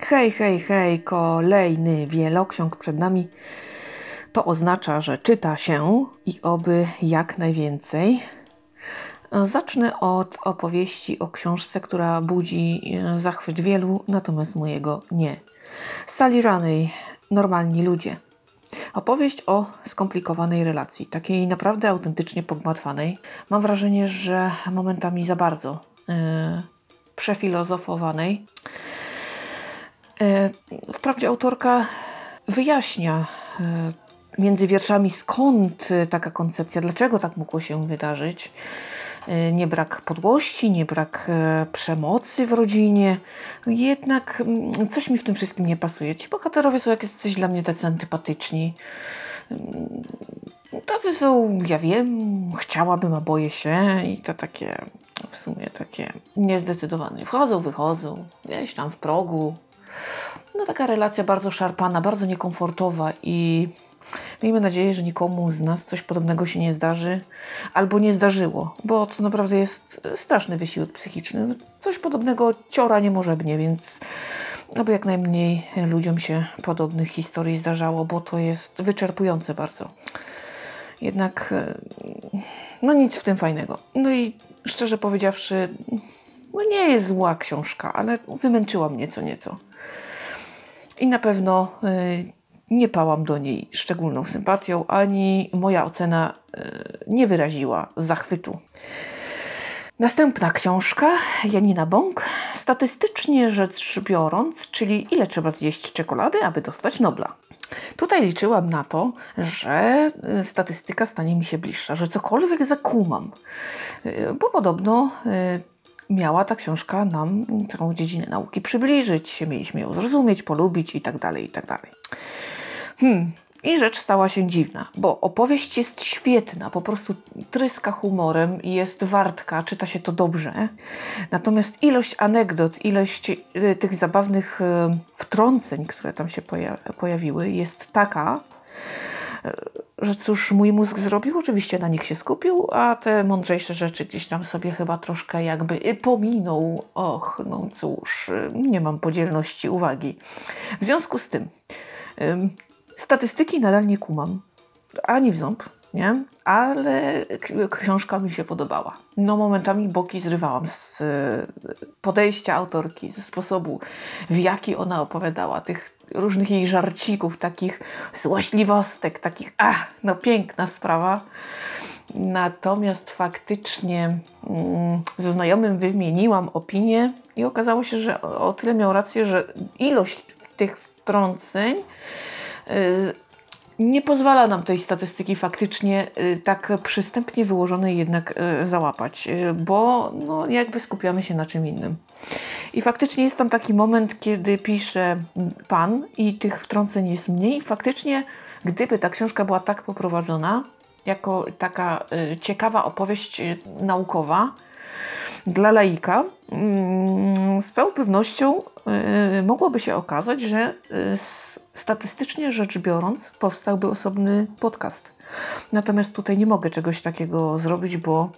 Hej, hej, hej, kolejny wieloksiąg przed nami. To oznacza, że czyta się i oby jak najwięcej. Zacznę od opowieści o książce, która budzi zachwyt wielu, natomiast mojego nie. Sally Rooney, Normalni ludzie. Opowieść o skomplikowanej relacji, takiej naprawdę autentycznie pogmatwanej. Mam wrażenie, że momentami za bardzo przefilozofowanej. Wprawdzie autorka wyjaśnia między wierszami, skąd taka koncepcja, dlaczego tak mogło się wydarzyć. Nie brak podłości, nie brak przemocy w rodzinie. Jednak coś mi w tym wszystkim nie pasuje. Ci bohaterowie są jakieś dla mnie tacy antypatyczni. Tacy są, ja wiem, chciałabym, a boję się i to takie, w sumie takie niezdecydowane. Wchodzą, wychodzą, gdzieś tam w progu. No taka relacja bardzo szarpana, bardzo niekomfortowa i miejmy nadzieję, że nikomu z nas coś podobnego się nie zdarzy albo nie zdarzyło, bo to naprawdę jest straszny wysiłek psychiczny. Coś podobnego ciora niemożebnie, więc aby jak najmniej ludziom się podobnych historii zdarzało, bo to jest wyczerpujące bardzo. Jednak no nic w tym fajnego. No i szczerze powiedziawszy, no nie jest zła książka, ale wymęczyła mnie co nieco. I na pewno nie pałam do niej szczególną sympatią, ani moja ocena nie wyraziła zachwytu. Następna książka, Janina Bąk. Statystycznie rzecz biorąc, czyli ile trzeba zjeść czekolady, aby dostać Nobla. Tutaj liczyłam na to, że statystyka stanie mi się bliższa, że cokolwiek zakumam, bo podobno miała ta książka nam tę dziedzinę nauki przybliżyć, mieliśmy ją zrozumieć, polubić i tak dalej, i tak dalej. I rzecz stała się dziwna, bo opowieść jest świetna, po prostu tryska humorem, jest wartka, czyta się to dobrze. Natomiast ilość anegdot, ilość tych zabawnych wtrąceń, które tam się pojawiły, jest taka, że cóż mój mózg zrobił? Oczywiście na nich się skupił, a te mądrzejsze rzeczy gdzieś tam sobie chyba troszkę jakby pominął. Och, no cóż, nie mam podzielności uwagi. W związku z tym statystyki nadal nie kumam, ani w ząb, nie? Ale książka mi się podobała. No momentami boki zrywałam z podejścia autorki, ze sposobu, w jaki ona opowiadała, tych różnych jej żarcików, takich złośliwostek, takich, no piękna sprawa. Natomiast faktycznie ze znajomym wymieniłam opinię i okazało się, że o tyle miał rację, że ilość tych wtrąceń nie pozwala nam tej statystyki faktycznie tak przystępnie wyłożonej jednak załapać, bo no, jakby skupiamy się na czym innym. I faktycznie jest tam taki moment, kiedy pisze pan i tych wtrąceń jest mniej. Faktycznie, gdyby ta książka była tak poprowadzona, jako taka ciekawa opowieść naukowa dla laika, z całą pewnością mogłoby się okazać, że statystycznie rzecz biorąc powstałby osobny podcast. Natomiast tutaj nie mogę czegoś takiego zrobić, bo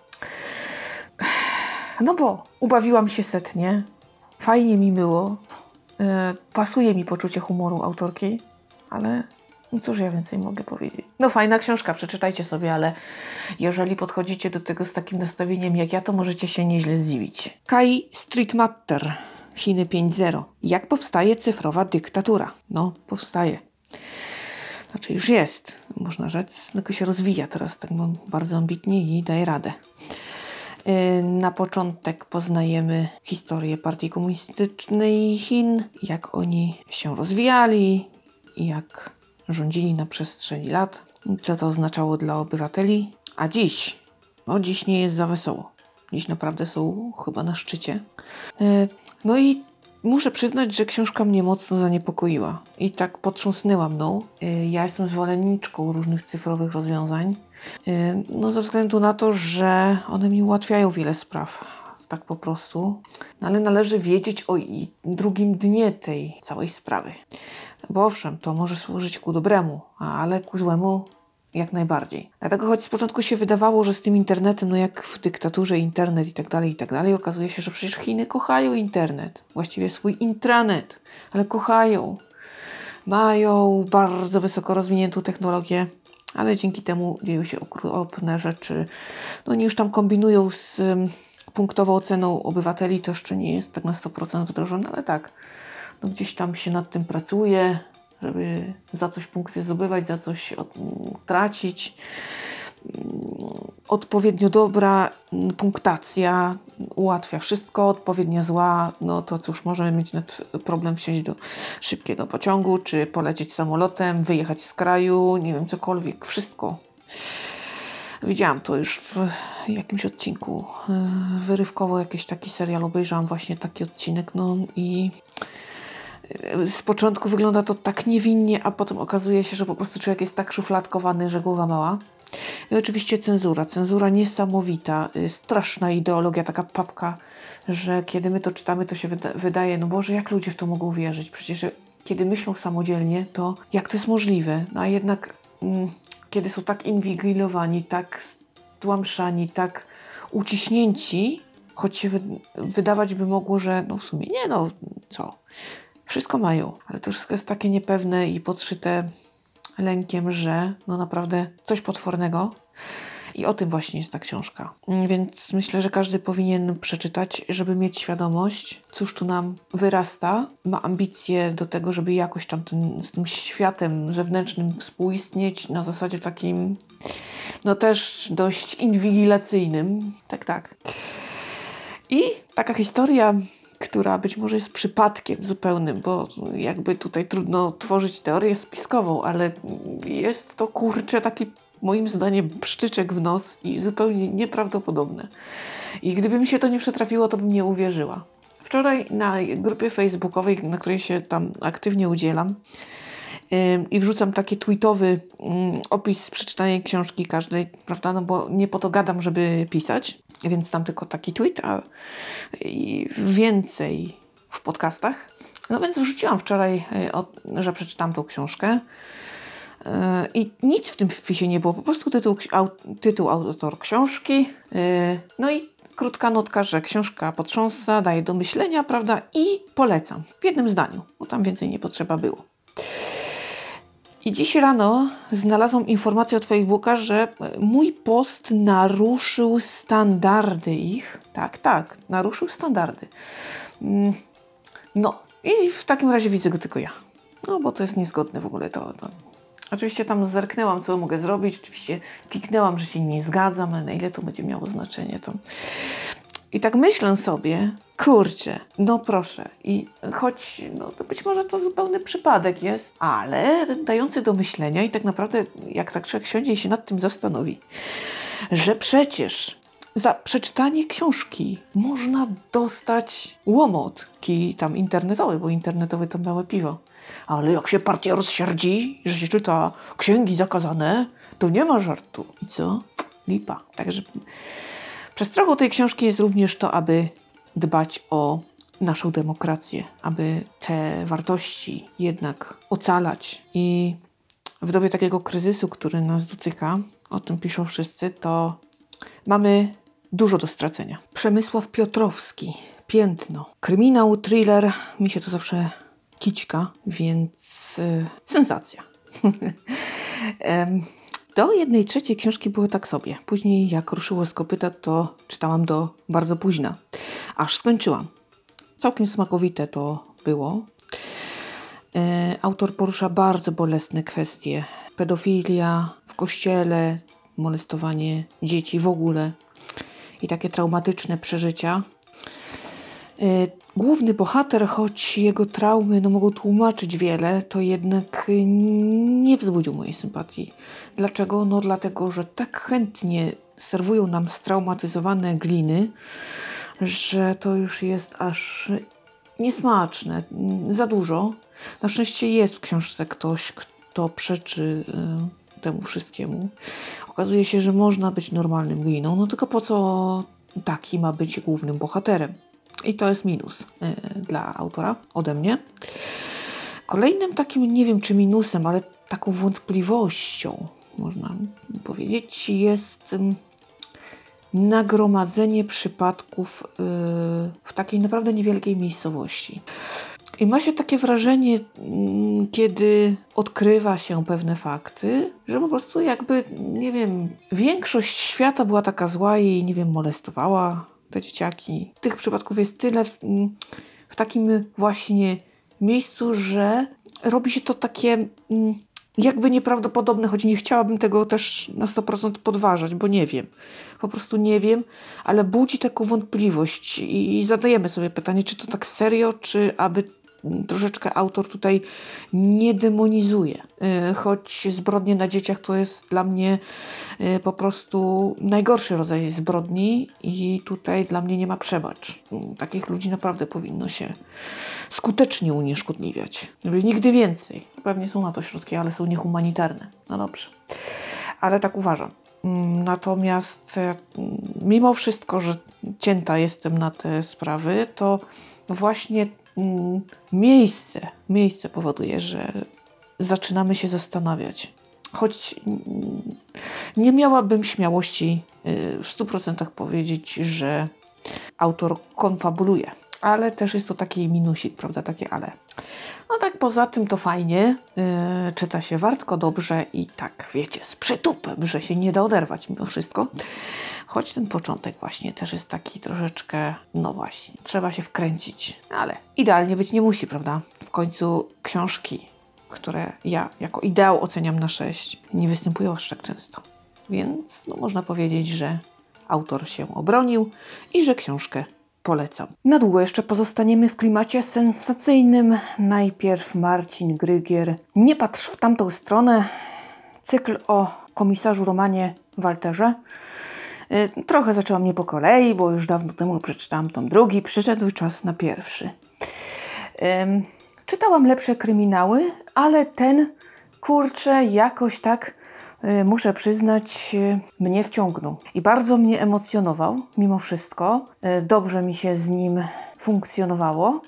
ubawiłam się setnie, fajnie mi było, pasuje mi poczucie humoru autorki, ale cóż ja więcej mogę powiedzieć. No fajna książka, przeczytajcie sobie, ale jeżeli podchodzicie do tego z takim nastawieniem jak ja, to możecie się nieźle zdziwić. Kai Streetmatter, Chiny 5.0. Jak powstaje cyfrowa dyktatura? No, powstaje. Znaczy już jest, można rzec, tylko się rozwija teraz tak bardzo ambitnie i daje radę. Na początek poznajemy historię partii komunistycznej Chin, jak oni się rozwijali, jak rządzili na przestrzeni lat, co to oznaczało dla obywateli. A dziś, dziś nie jest za wesoło. Dziś naprawdę są chyba na szczycie. No i muszę przyznać, że książka mnie mocno zaniepokoiła i tak potrząsnęła mną. Ja jestem zwolenniczką różnych cyfrowych rozwiązań, no ze względu na to, że one mi ułatwiają wiele spraw, tak po prostu. No, ale należy wiedzieć o drugim dnie tej całej sprawy. Bo owszem, to może służyć ku dobremu, ale ku złemu Jak najbardziej. Dlatego choć z początku się wydawało, że z tym internetem, no jak w dyktaturze internet i tak dalej, okazuje się, że przecież Chiny kochają internet. Właściwie swój intranet, ale kochają. Mają bardzo wysoko rozwiniętą technologię, ale dzięki temu dzieją się okropne rzeczy. No oni już tam kombinują z punktową oceną obywateli, to jeszcze nie jest tak na 100% wdrożone, ale tak, no gdzieś tam się nad tym pracuje, żeby za coś punkty zdobywać, za coś tracić. Odpowiednio dobra punktacja ułatwia wszystko, odpowiednio zła, no to cóż, możemy mieć problem wsiąść do szybkiego pociągu, czy polecieć samolotem, wyjechać z kraju, nie wiem, cokolwiek, wszystko. Widziałam to już w jakimś odcinku, wyrywkowo jakiś taki serial obejrzałam, właśnie taki odcinek, no i z początku wygląda to tak niewinnie, a potem okazuje się, że po prostu człowiek jest tak szufladkowany, że głowa mała. I oczywiście cenzura niesamowita, straszna ideologia, taka papka, że kiedy my to czytamy, to się wydaje, no Boże, jak ludzie w to mogą wierzyć? Przecież kiedy myślą samodzielnie, to jak to jest możliwe? No a jednak kiedy są tak inwigilowani, tak stłamszani, tak uciśnięci, choć się wydawać by mogło, że no w sumie nie, no co? Wszystko mają, ale to wszystko jest takie niepewne i podszyte lękiem, że no naprawdę coś potwornego. I o tym właśnie jest ta książka. Więc myślę, że każdy powinien przeczytać, żeby mieć świadomość, cóż tu nam wyrasta. Ma ambicje do tego, żeby jakoś tam z tym światem zewnętrznym współistnieć na zasadzie takim, no też dość inwigilacyjnym. Tak. I taka historia, która być może jest przypadkiem zupełnym, bo jakby tutaj trudno tworzyć teorię spiskową, ale jest to taki moim zdaniem pszczyczek w nos i zupełnie nieprawdopodobne. I gdyby mi się to nie przetrafiło, to bym nie uwierzyła. Wczoraj na grupie facebookowej, na której się tam aktywnie udzielam i wrzucam taki tweetowy opis przeczytanej książki każdej, prawda, no bo nie po to gadam, żeby pisać, więc tam tylko taki tweet, a więcej w podcastach. No więc wrzuciłam wczoraj, że przeczytam tą książkę. I nic w tym wpisie nie było, po prostu tytuł autor książki, no i krótka notka, że książka potrząsa, daje do myślenia, prawda, i polecam w jednym zdaniu, bo tam więcej nie potrzeba było. I dziś rano znalazłam informację od Facebooka, że mój post naruszył standardy ich. Tak, naruszył standardy. No i w takim razie widzę go tylko ja. No bo to jest niezgodne w ogóle to. Oczywiście tam zerknęłam, co mogę zrobić. Oczywiście kliknęłam, że się nie zgadzam, ale na ile to będzie miało znaczenie. To... I tak myślę sobie, kurczę, no proszę. I choć no, to być może to zupełny przypadek jest, ale dający do myślenia i tak naprawdę jak tak człowiek siądzie i się nad tym zastanowi, że przecież za przeczytanie książki można dostać łomotki tam internetowy, bo internetowy to małe piwo. Ale jak się partia rozsierdzi, że się czyta księgi zakazane, to nie ma żartu. I co? Lipa. Także przestrogą tej książki jest również to, aby dbać o naszą demokrację, aby te wartości jednak ocalać. I w dobie takiego kryzysu, który nas dotyka, o tym piszą wszyscy, to mamy dużo do stracenia. Przemysław Piotrowski, Piętno. Kryminał, thriller, mi się to zawsze kićka, więc sensacja. Do 1/3 książki było tak sobie. Później jak ruszyło z kopyta, to czytałam do bardzo późna. Aż skończyłam. Całkiem smakowite to było. Autor porusza bardzo bolesne kwestie. Pedofilia w kościele, molestowanie dzieci w ogóle i takie traumatyczne przeżycia. Główny bohater, choć jego traumy mogą tłumaczyć wiele, to jednak nie wzbudził mojej sympatii. Dlaczego? No dlatego, że tak chętnie serwują nam straumatyzowane gliny, że to już jest aż niesmaczne. Za dużo. Na szczęście jest w książce ktoś, kto przeczy temu wszystkiemu. Okazuje się, że można być normalnym gliną, no tylko po co taki ma być głównym bohaterem? I to jest minus dla autora, ode mnie. Kolejnym takim, nie wiem czy minusem, ale taką wątpliwością można powiedzieć, jest nagromadzenie przypadków w takiej naprawdę niewielkiej miejscowości. I ma się takie wrażenie, kiedy odkrywa się pewne fakty, że po prostu jakby, nie wiem, większość świata była taka zła i, nie wiem, molestowała te dzieciaki. Tych przypadków jest tyle w takim właśnie miejscu, że robi się to takie jakby nieprawdopodobne, choć nie chciałabym tego też na 100% podważać, bo nie wiem. Po prostu nie wiem, ale budzi taką wątpliwość i zadajemy sobie pytanie, czy to tak serio, czy aby troszeczkę autor tutaj nie demonizuje. Choć zbrodnie na dzieciach to jest dla mnie po prostu najgorszy rodzaj zbrodni i tutaj dla mnie nie ma przebacz. Takich ludzi naprawdę powinno się skutecznie unieszkodliwiać. Nigdy więcej. Pewnie są na to środki, ale są niehumanitarne. No dobrze. Ale tak uważam. Natomiast mimo wszystko, że cięta jestem na te sprawy, to właśnie miejsce powoduje, że zaczynamy się zastanawiać. Choć nie miałabym śmiałości w 100% powiedzieć, że autor konfabuluje. Ale też jest to taki minusik, prawda? Takie ale. No tak poza tym to fajnie, czyta się wartko dobrze i tak, wiecie, z przytupem, że się nie da oderwać mimo wszystko. Choć ten początek właśnie też jest taki troszeczkę, no właśnie, trzeba się wkręcić. Ale idealnie być nie musi, prawda? W końcu książki, które ja jako ideał oceniam na 6, nie występują aż tak często. Więc no, można powiedzieć, że autor się obronił i że książkę polecam. Na długo jeszcze pozostaniemy w klimacie sensacyjnym. Najpierw Marcin Grygier. Nie patrz w tamtą stronę. Cykl o komisarzu Romanie Walterze. Trochę zaczęłam nie po kolei, bo już dawno temu przeczytałam tom drugi. Przyszedł czas na pierwszy. Czytałam lepsze kryminały, ale ten, kurczę, jakoś tak, muszę przyznać, mnie wciągnął. I bardzo mnie emocjonował, mimo wszystko. Dobrze mi się z nim funkcjonowało.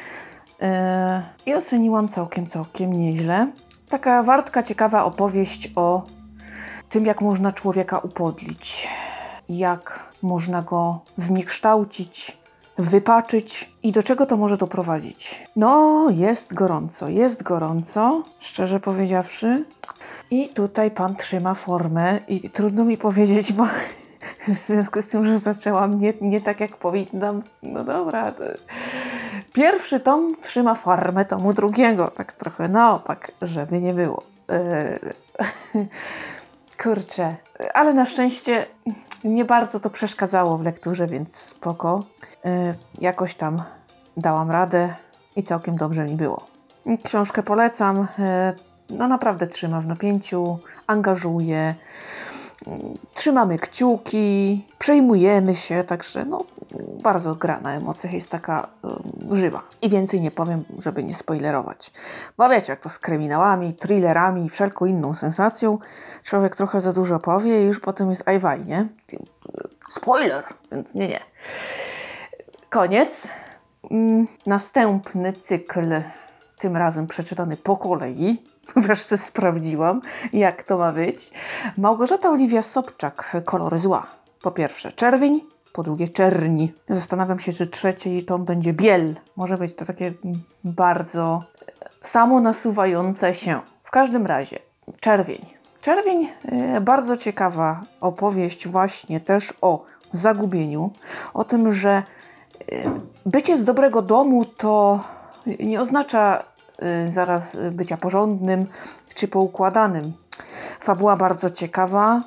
I oceniłam całkiem nieźle. Taka wartka, ciekawa opowieść o tym, jak można człowieka upodlić. Jak można go zniekształcić, wypaczyć i do czego to może doprowadzić. No, jest gorąco, szczerze powiedziawszy. I tutaj pan trzyma formę i trudno mi powiedzieć, bo w związku z tym, że zaczęłam nie tak jak powinnam. No dobra, pierwszy tom trzyma formę tomu drugiego, tak trochę na opak, żeby nie było. Kurczę, ale na szczęście nie bardzo to przeszkadzało w lekturze, więc spoko. Jakoś tam dałam radę i całkiem dobrze mi było. Książkę polecam. No naprawdę trzyma w napięciu, angażuje, trzymamy kciuki, przejmujemy się, także no bardzo gra na emocjach, jest taka żywa. I więcej nie powiem, żeby nie spoilerować. Bo wiecie, jak to z kryminałami, thrillerami i wszelką inną sensacją, człowiek trochę za dużo powie i już potem jest ajwaj, nie? Spoiler! Więc nie. Koniec. Następny cykl, tym razem przeczytany po kolei. Wreszcie sprawdziłam, jak to ma być. Małgorzata Oliwia Sobczak, Kolory zła. Po pierwsze czerwień, po drugie czerni. Zastanawiam się, czy trzeci tom będzie biel. Może być to takie bardzo samo nasuwające się. W każdym razie czerwień. Czerwień, bardzo ciekawa opowieść właśnie też o zagubieniu. O tym, że bycie z dobrego domu to nie oznacza zaraz bycia porządnym czy poukładanym. Fabuła bardzo ciekawa,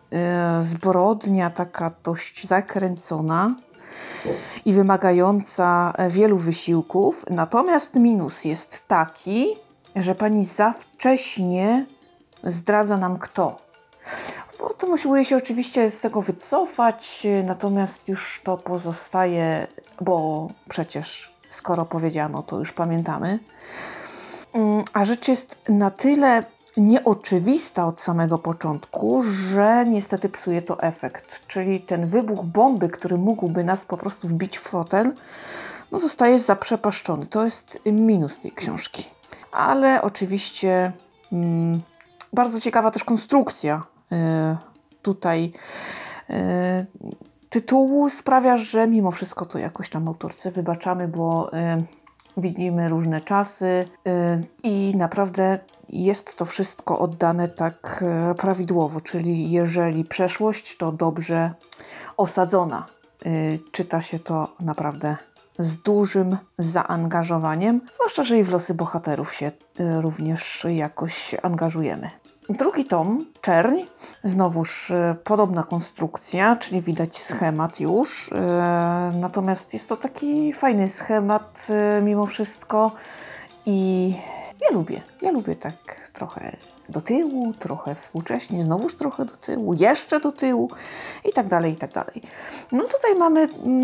zbrodnia taka dość zakręcona i wymagająca wielu wysiłków. Natomiast minus jest taki, że pani za wcześnie zdradza nam kto. Potem usiłuje się oczywiście z tego wycofać, natomiast już to pozostaje, bo przecież skoro powiedziano, to już pamiętamy. A rzecz jest na tyle nieoczywista od samego początku, że niestety psuje to efekt. Czyli ten wybuch bomby, który mógłby nas po prostu wbić w fotel, no zostaje zaprzepaszczony. To jest minus tej książki. Ale oczywiście Bardzo ciekawa też konstrukcja tutaj tytułu sprawia, że mimo wszystko to jakoś tam autorce wybaczamy, bo widzimy różne czasy i naprawdę jest to wszystko oddane tak prawidłowo, czyli jeżeli przeszłość, to dobrze osadzona. Czyta się to naprawdę z dużym zaangażowaniem, zwłaszcza, że i w losy bohaterów się również jakoś angażujemy. Drugi tom, Czerń, znowuż podobna konstrukcja, czyli widać schemat już, natomiast jest to taki fajny schemat mimo wszystko i ja lubię tak trochę do tyłu, trochę współcześnie, znowuż trochę do tyłu, jeszcze do tyłu i tak dalej, i tak dalej. No tutaj mamy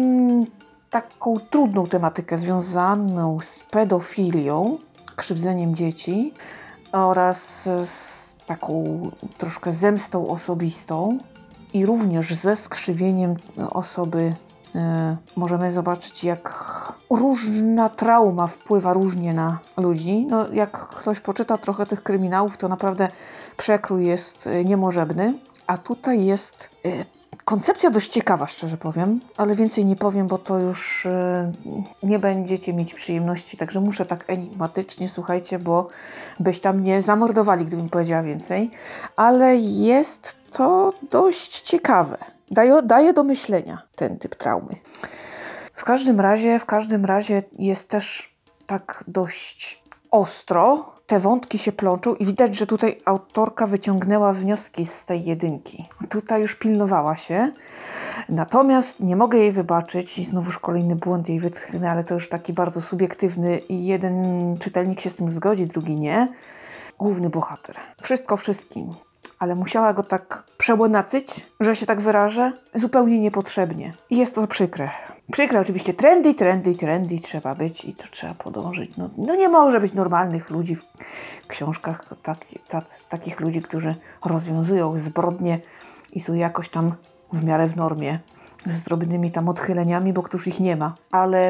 taką trudną tematykę związaną z pedofilią, krzywdzeniem dzieci oraz z taką troszkę zemstą osobistą i również ze skrzywieniem osoby. Możemy zobaczyć, jak różna trauma wpływa różnie na ludzi. No, jak ktoś poczyta trochę tych kryminałów, to naprawdę przekrój jest niemożebny. A tutaj jest koncepcja dość ciekawa, szczerze powiem, ale więcej nie powiem, bo to już nie będziecie mieć przyjemności, także muszę tak enigmatycznie, słuchajcie, bo byś tam nie zamordowali, gdybym powiedziała więcej. Ale jest to dość ciekawe. Daje do myślenia ten typ traumy. W każdym razie jest też tak dość ostro. Te wątki się plączą i widać, że tutaj autorka wyciągnęła wnioski z tej jedynki. Tutaj już pilnowała się. Natomiast nie mogę jej wybaczyć i znowuż kolejny błąd jej wytchnę, ale to już taki bardzo subiektywny i jeden czytelnik się z tym zgodzi, drugi nie. Główny bohater. Wszystko wszystkim. Ale musiała go tak przełonacyć, że się tak wyrażę, zupełnie niepotrzebnie. I jest to przykre. Przykre oczywiście, trendy trzeba być i to trzeba podążyć. No nie może być normalnych ludzi w książkach, takich ludzi, którzy rozwiązują zbrodnie i są jakoś tam w miarę w normie, z drobnymi tam odchyleniami, bo któż ich nie ma. Ale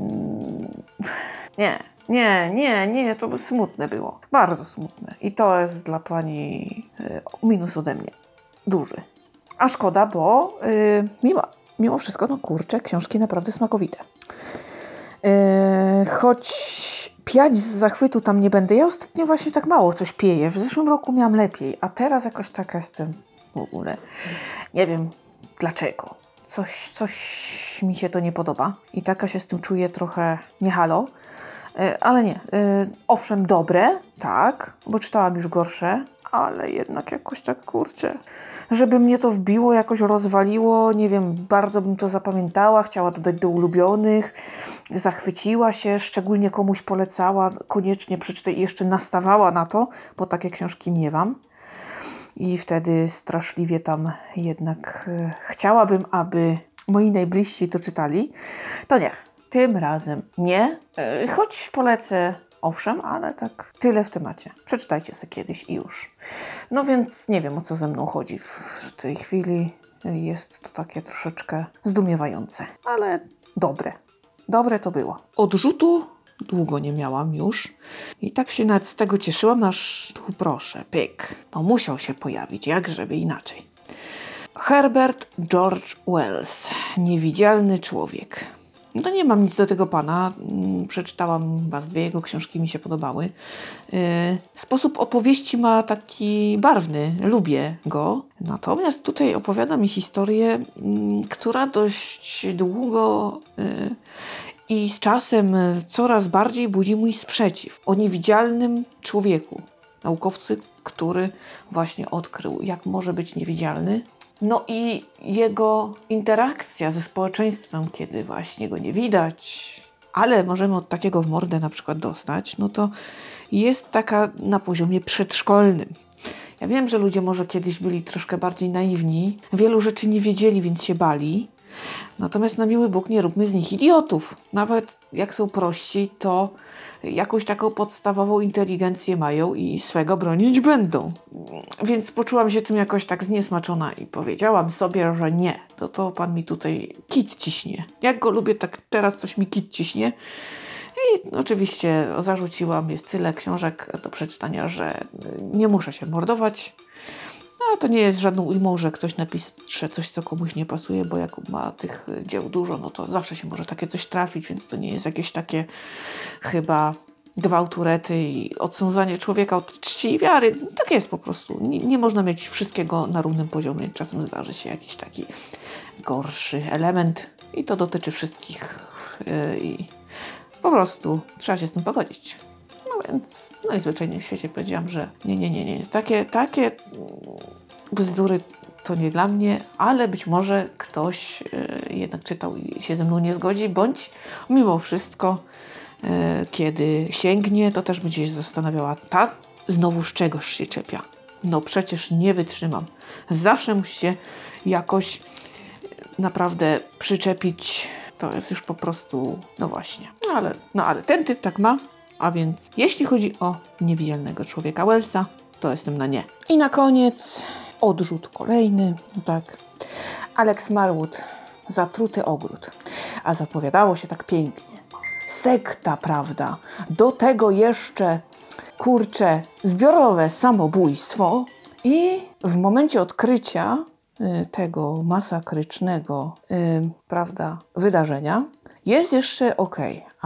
nie, to by smutne było. Bardzo smutne. I to jest dla pani minus ode mnie. Duży. A szkoda, bo mimo wszystko, no kurczę, książki naprawdę smakowite. Choć piać z zachwytu tam nie będę. Ja ostatnio właśnie tak mało coś pieję. W zeszłym roku miałam lepiej, a teraz jakoś taka jestem w ogóle. Nie wiem dlaczego. Coś mi się to nie podoba i taka się z tym czuję trochę nie halo. Ale nie. Owszem, dobre, tak, bo czytałam już gorsze, ale jednak jakoś tak, kurczę, żeby mnie to wbiło, jakoś rozwaliło, nie wiem, bardzo bym to zapamiętała, chciała dodać do ulubionych, zachwyciła się, szczególnie komuś polecała, koniecznie przeczytaj i jeszcze nastawała na to, bo takie książki miewam. I wtedy straszliwie tam jednak chciałabym, aby moi najbliżsi to czytali. To nie. Tym razem nie, choć polecę, owszem, ale tak tyle w temacie. Przeczytajcie sobie kiedyś i już. No więc nie wiem, o co ze mną chodzi w tej chwili. Jest to takie troszeczkę zdumiewające, ale dobre. Dobre to było. Odrzutu długo nie miałam już i tak się nawet z tego cieszyłam, aż tu proszę, pyk. To musiał się pojawić, jak żeby inaczej. Herbert George Wells. Niewidzialny człowiek. No nie mam nic do tego pana. Przeczytałam was dwie, jego książki mi się podobały. Sposób opowieści ma taki barwny, lubię go. Natomiast tutaj opowiada mi historię, która dość długo i z czasem coraz bardziej budzi mój sprzeciw. O niewidzialnym człowieku. Naukowcy, który właśnie odkrył, jak może być niewidzialny. No i jego interakcja ze społeczeństwem, kiedy właśnie go nie widać, ale możemy od takiego w mordę na przykład dostać, no to jest taka na poziomie przedszkolnym. Ja wiem, że ludzie może kiedyś byli troszkę bardziej naiwni, wielu rzeczy nie wiedzieli, więc się bali. Natomiast na miły Bóg nie róbmy z nich idiotów. Nawet jak są prości, to jakąś taką podstawową inteligencję mają i swego bronić będą. Więc poczułam się tym jakoś tak zniesmaczona i powiedziałam sobie, że nie. To pan mi tutaj kit ciśnie. Jak go lubię, tak teraz coś mi kit ciśnie. I oczywiście zarzuciłam, jest tyle książek do przeczytania, że nie muszę się mordować. No, to nie jest żadną ujmą, że ktoś napisze coś, co komuś nie pasuje, bo jak ma tych dzieł dużo, no to zawsze się może takie coś trafić, więc to nie jest jakieś takie chyba gwałturety i odsądzanie człowieka od czci i wiary. Tak jest po prostu. Nie można mieć wszystkiego na równym poziomie. Czasem zdarzy się jakiś taki gorszy element i to dotyczy wszystkich. I po prostu trzeba się z tym pogodzić. No więc najzwyczajniej w świecie powiedziałam, że nie. Takie bzdury to nie dla mnie, ale być może ktoś jednak czytał i się ze mną nie zgodzi, bądź mimo wszystko, kiedy sięgnie, to też będzie się zastanawiała, ta znowu z czegoś się czepia. No przecież nie wytrzymam. Zawsze musi się jakoś naprawdę przyczepić. To jest już po prostu, no właśnie. No ale ten typ tak ma. A więc jeśli chodzi o Niewidzialnego Człowieka Wellsa, to jestem na nie. I na koniec odrzut kolejny. Tak. Alex Marwood, Zatruty ogród. A zapowiadało się tak pięknie. Sekta, prawda? Do tego jeszcze, kurczę, zbiorowe samobójstwo. I w momencie odkrycia tego masakrycznego, prawda, wydarzenia jest jeszcze okej. A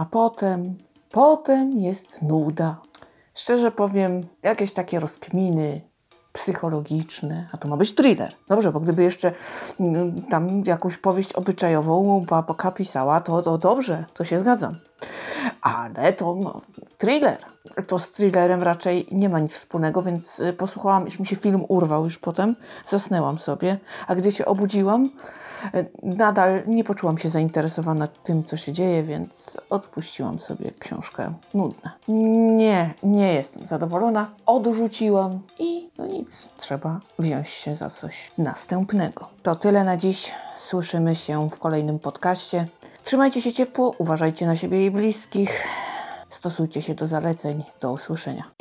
potem jest nuda. Szczerze powiem, jakieś takie rozkminy psychologiczne, a to ma być thriller. Dobrze, bo gdyby jeszcze tam jakąś powieść obyczajową babka pisała, to dobrze, to się zgadzam. Ale to thriller. To z thrillerem raczej nie ma nic wspólnego, więc posłuchałam, już mi się film urwał już potem, zasnęłam sobie, a gdy się obudziłam, nadal nie poczułam się zainteresowana tym, co się dzieje, więc odpuściłam sobie książkę. Nudna. Nie jestem zadowolona. Odrzuciłam i no nic. Trzeba wziąć się za coś następnego. To tyle na dziś. Słyszymy się w kolejnym podcaście. Trzymajcie się ciepło, uważajcie na siebie i bliskich. Stosujcie się do zaleceń. Do usłyszenia.